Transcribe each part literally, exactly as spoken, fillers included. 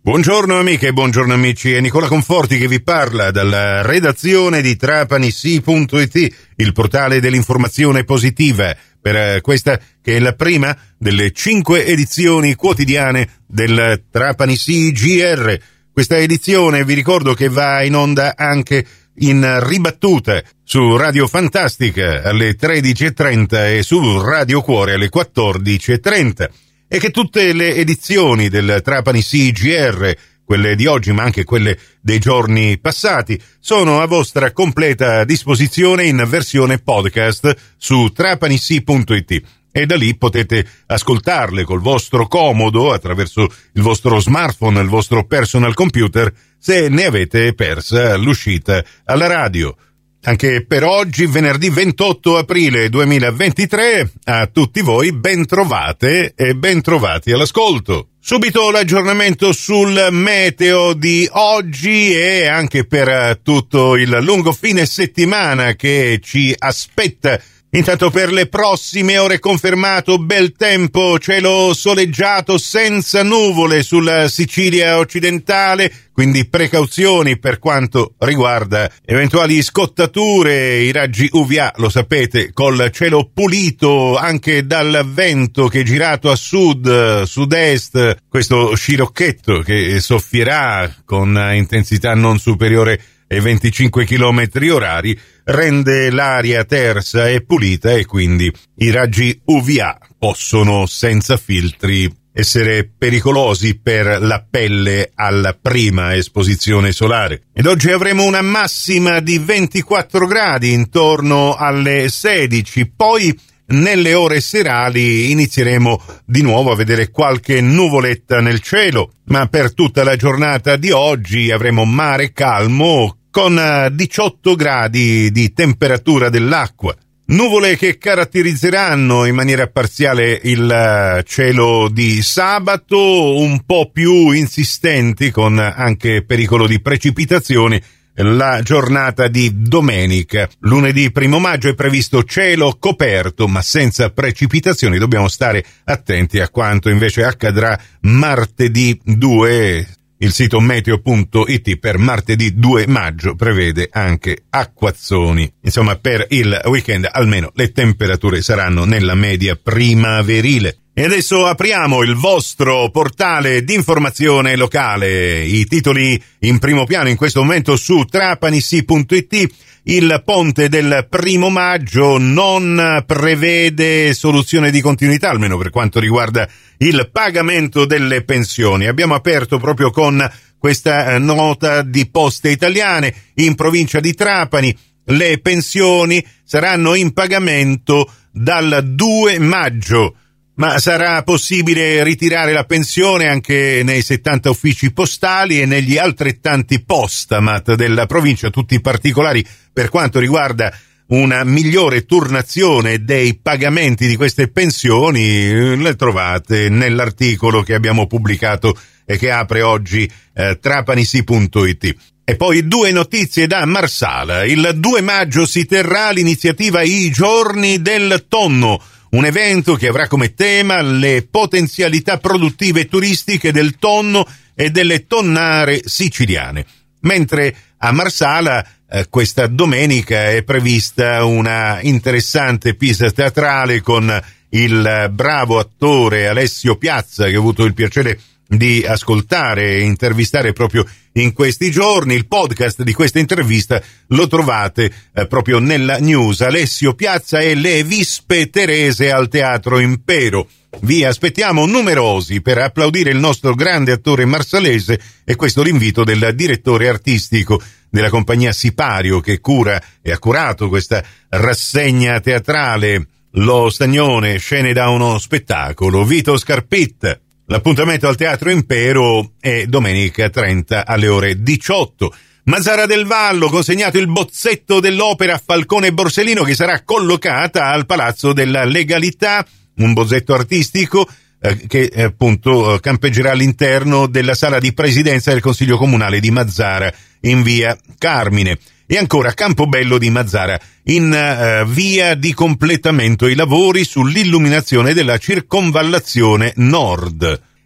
Buongiorno amiche e buongiorno amici, è Nicola Conforti che vi parla dalla redazione di Trapanissi punto it, il portale dell'informazione positiva, per questa che è la prima delle cinque edizioni quotidiane del Trapanissi G R. Questa edizione vi ricordo che va in onda anche in ribattuta su Radio Fantastica alle tredici e trenta e su Radio Cuore alle quattordici e trenta. E che tutte le edizioni del Trapanissi G R, quelle di oggi ma anche quelle dei giorni passati, sono a vostra completa disposizione in versione podcast su Trapanissi punto it e da lì potete ascoltarle col vostro comodo attraverso il vostro smartphone, il vostro personal computer, se ne avete persa l'uscita alla radio. Anche per oggi, venerdì ventotto aprile duemilaventitré, a tutti voi ben trovate e ben trovati all'ascolto. Subito l'aggiornamento sul meteo di oggi e anche per tutto il lungo fine settimana che ci aspetta. Intanto per le prossime ore confermato bel tempo, cielo soleggiato senza nuvole sulla Sicilia occidentale, quindi precauzioni per quanto riguarda eventuali scottature, i raggi U V A, lo sapete, col cielo pulito anche dal vento che è girato a sud, sud-est, questo scirocchetto che soffierà con intensità non superiore ai venticinque chilometri orari, rende l'aria tersa e pulita e quindi i raggi U V A possono senza filtri essere pericolosi per la pelle alla prima esposizione solare. Ed oggi avremo una massima di ventiquattro gradi intorno alle sedici, poi nelle ore serali inizieremo di nuovo a vedere qualche nuvoletta nel cielo, ma per tutta la giornata di oggi avremo mare calmo con diciotto gradi di temperatura dell'acqua. Nuvole che caratterizzeranno in maniera parziale il cielo di sabato, un po' più insistenti con anche pericolo di precipitazioni la giornata di domenica. Lunedì primo maggio è previsto cielo coperto ma senza precipitazioni. Dobbiamo stare attenti a quanto invece accadrà martedì due. Il sito meteo punto it per martedì due maggio prevede anche acquazzoni. Insomma, per il weekend almeno le temperature saranno nella media primaverile. E adesso apriamo il vostro portale di informazione locale. I titoli in primo piano in questo momento su Trapanissi punto it. Il ponte del primo maggio non prevede soluzione di continuità, almeno per quanto riguarda il pagamento delle pensioni. Abbiamo aperto proprio con questa nota di Poste Italiane in provincia di Trapani. Le pensioni saranno in pagamento dal due maggio. Ma sarà possibile ritirare la pensione anche nei settanta uffici postali e negli altrettanti postamat della provincia. Tutti i particolari per quanto riguarda una migliore turnazione dei pagamenti di queste pensioni le trovate nell'articolo che abbiamo pubblicato e che apre oggi eh, Trapanissi punto it. E poi due notizie da Marsala. Il due maggio si terrà l'iniziativa I Giorni del Tonno, un evento che avrà come tema le potenzialità produttive e turistiche del tonno e delle tonnare siciliane. Mentre a Marsala eh, questa domenica è prevista una interessante pista teatrale con il bravo attore Alessio Piazza, che ho avuto il piacere di ascoltare e intervistare proprio in questi giorni. Il podcast di questa intervista lo trovate eh, proprio nella news. Alessio Piazza e le Vispe Terese al Teatro Impero. Vi aspettiamo numerosi per applaudire il nostro grande attore marsalese, e questo l'invito del direttore artistico della compagnia Sipario che cura e ha curato questa rassegna teatrale. Lo Stagnone, scene da uno spettacolo, Vito Scarpitta. L'appuntamento al Teatro Impero è domenica trenta alle ore diciotto. Mazzara del Vallo, consegnato il bozzetto dell'opera Falcone e Borsellino che sarà collocata al Palazzo della Legalità, un bozzetto artistico eh, che eh, appunto campeggerà all'interno della sala di presidenza del Consiglio Comunale di Mazzara in via Carmine. E ancora Campobello di Mazzara, in uh, via di completamento i lavori sull'illuminazione della circonvallazione nord.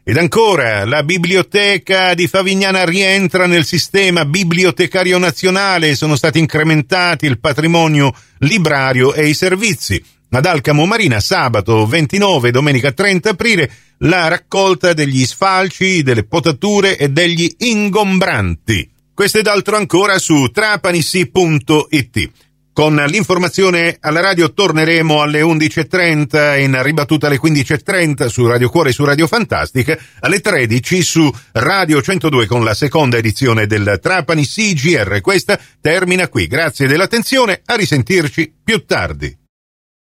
Ed ancora, la biblioteca di Favignana rientra nel sistema bibliotecario nazionale, sono stati incrementati il patrimonio librario e i servizi. Ad Alcamo Marina, sabato ventinove, domenica trenta aprile, la raccolta degli sfalci, delle potature e degli ingombranti. Questo ed altro ancora su trapanisi punto it. Con l'informazione alla radio torneremo alle undici e trenta, in ribattuta alle quindici e trenta su Radio Cuore e su Radio Fantastica, alle tredici su Radio centodue con la seconda edizione del Trapani C G R. Questa termina qui. Grazie dell'attenzione, a risentirci più tardi.